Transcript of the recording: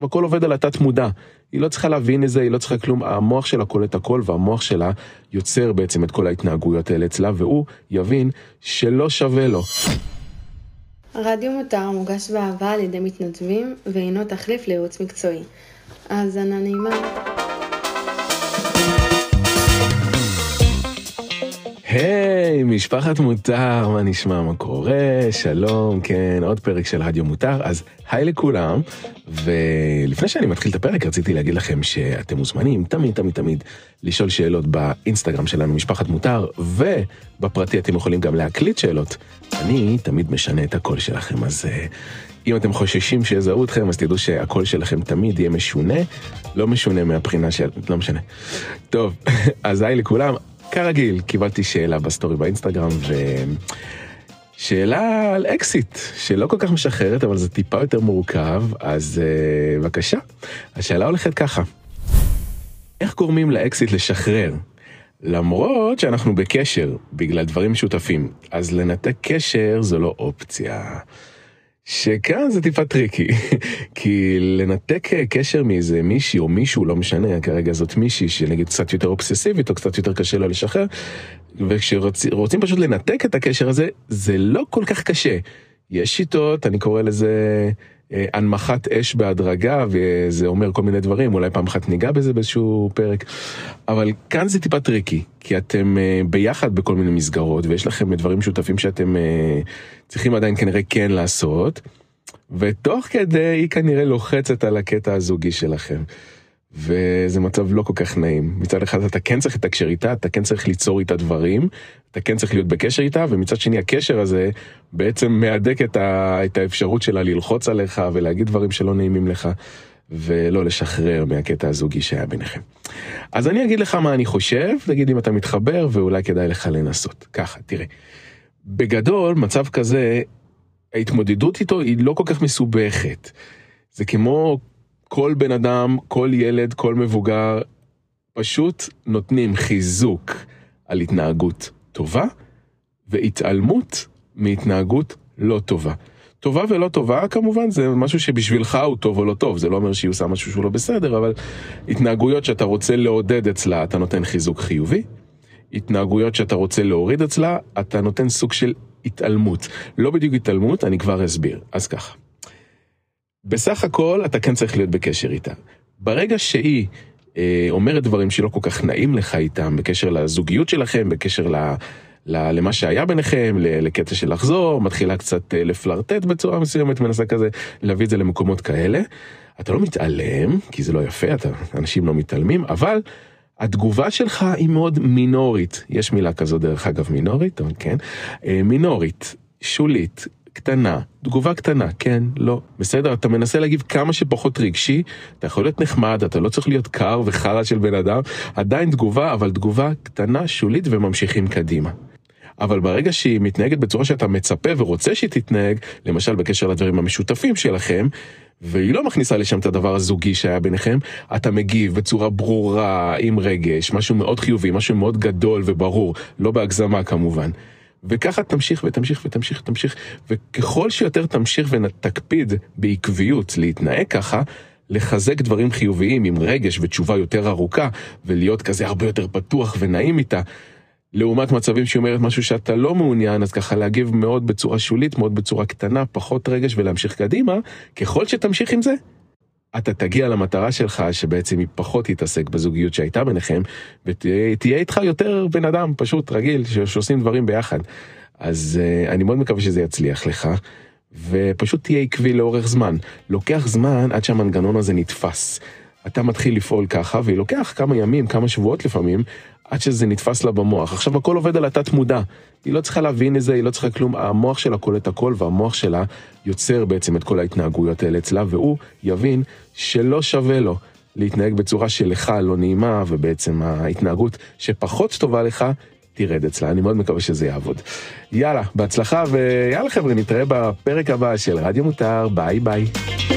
הכל עובד על התת מודע. היא לא צריכה להבין את זה, היא לא צריכה כלום. המוח שלה קולט הכל, והמוח שלה יוצר בעצם את כל ההתנהגויות האלה אצלה, והוא יבין שלא שווה לו. רדיו מותר מוגש באהבה על ידי מתנדבים, ואינו תחליף לייעוץ מקצועי. האזנה נעימה. היי, משפחת מותר, מה נשמע, מה קורה? שלום, כן, עוד פרק של רדיו מותר. אז היי לכולם, ולפני שאני מתחיל את הפרק רציתי להגיד לכם שאתם מוזמנים תמיד לשאול שאלות באינסטגרם שלנו, משפחת מותר, ובפרטי אתם יכולים גם להקליט שאלות. אני תמיד משנה את הקול שלכם, אז אם אתם חוששים שיזהו אתכם, אז תדעו שהקול שלכם תמיד יהיה משונה, לא משונה מהבחינה של... לא משנה. טוב, אז היי לכולם. כרגיל, קיבלתי שאלה בסטורי באינסטגרם, ושאלה על אקסיט, שלא כל כך משחררת, אבל זה טיפה יותר מורכב, אז בבקשה. השאלה הולכת ככה. איך גורמים לאקסיט לשחרר? למרות שאנחנו בקשר, בגלל דברים משותפים, אז לנתק קשר זו לא אופציה. שכאן זה טיפה טריקי, כי לנתק קשר מאיזה מישהי או מישהו, לא משנה, כרגע זאת מישהי שנגיד קצת יותר אובססיבית או קצת יותר קשה לה לשחרר, וכשרוצים פשוט לנתק את הקשר הזה, זה לא כל כך קשה. יש שיטות, אני קורא לזה הנמכת אש בהדרגה, וזה אומר כל מיני דברים, אולי פעם אחת ניגע בזה באיזשהו פרק, אבל כאן זה טיפה טריקי, כי אתם ביחד בכל מיני מסגרות, ויש לכם דברים משותפים שאתם צריכים עדיין כנראה כן לעשות, ותוך כדי היא כנראה לוחצת על הקטע הזוגי שלכם, וזה מצב לא כל כך נעים. מצד אחד אתה כן צריך לתקשר איתה, אתה כן צריך ליצור איתה דברים, אתה כן צריך להיות בקשר איתה, ומצד שני הקשר הזה בעצם מהדק את האפשרות שלה ללחוץ עליך ולהגיד דברים שלא נעימים לך, ולא לשחרר מהקטע הזוגי שהיה ביניכם. אז אני אגיד לך מה אני חושב, תגיד אם אתה מתחבר, ואולי כדאי לך לנסות. ככה, תראה. בגדול, מצב כזה, ההתמודדות איתו היא לא כל כך מסובכת. זה כמו כל בן אדם, כל ילד, כל מבוגר, פשוט נותנים חיזוק על התנהגות טובה, והתעלמות מהתנהגות לא טובה. טובה ולא טובה, כמובן, זה משהו שבשבילך הוא טוב או לא טוב, זה לא אומר שהיא עושה משהו שהוא לא בסדר, אבל התנהגויות שאתה רוצה לעודד אצלה, אתה נותן חיזוק חיובי, התנהגויות שאתה רוצה להוריד אצלה, אתה נותן סוג של התעלמות. לא בדיוק התעלמות, אני כבר אסביר. אז ככה. בסך הכל, אתה כן צריך להיות בקשר איתה. ברגע שהיא אומרת דברים שלא כל כך נעים לך איתם, בקשר לזוגיות שלכם, בקשר למה שהיה ביניכם, לקטע של לחזור, מתחילה קצת לפלרטט בצורה מסוימת, מנסה כזה להביא את זה למקומות כאלה. אתה לא מתעלם, כי זה לא יפה, אנשים לא מתעלמים, אבל התגובה שלך היא מאוד מינורית. יש מילה כזו דרך אגב מינורית, אבל כן. מינורית, שולית, קטנה, תגובה קטנה, כן, לא, בסדר, אתה מנסה להגיב כמה שפחות רגשי, אתה יכול להיות נחמד, אתה לא צריך להיות קר וחרא של בן אדם, עדיין תגובה, אבל תגובה קטנה, שולית וממשיכים קדימה. אבל ברגע שהיא מתנהגת בצורה שאתה מצפה ורוצה שהיא תתנהג, למשל בקשר לדברים המשותפים שלכם, והיא לא מכניסה לשם את הדבר הזוגי שהיה ביניכם, אתה מגיב בצורה ברורה, עם רגש, משהו מאוד חיובי, משהו מאוד גדול וברור, לא בהגזמה כמובן. וככה תמשיך ותמשיך ותמשיך ותמשיך, וככל שיותר תמשיך ותקפיד בעקביות להתנהג ככה, לחזק דברים חיוביים עם רגש ותשובה יותר ארוכה, ולהיות כזה הרבה יותר פתוח ונעים איתה, לעומת מצבים שהיא אומרת משהו שאתה לא מעוניין, אז ככה להגיב מאוד בצורה שולית, מאוד בצורה קטנה, פחות רגש ולהמשיך קדימה, ככל שתמשיך עם זה, אתה תגיע למטרה שלך שבעצם היא פחות תתעסק בזוגיות שהייתה ביניכם, ותהיה איתך יותר בן אדם פשוט רגיל שעושים דברים ביחד. אז אני מאוד מקווה שזה יצליח לך, ופשוט תהיה עקבי לאורך זמן. לוקח זמן עד שהמנגנון הזה נתפס. אתה מתחיל לפעול ככה, ולוקח כמה ימים, כמה שבועות לפעמים, עד שזה נתפס לה במוח. עכשיו הכל עובד על התת מודע. היא לא צריכה להבין את זה, היא לא צריכה כלום. המוח שלה קולט הכל, והמוח שלה יוצר בעצם את כל ההתנהגויות האלה אצלה, והוא יבין שלא שווה לו להתנהג בצורה שלך לא נעימה, ובעצם ההתנהגות שפחות טובה לך, תירד אצלה. אני מאוד מקווה שזה יעבוד. יאללה, בהצלחה, ויאללה חבר'ה, נתראה בפרק הבא של רדיו מותר. ביי ביי.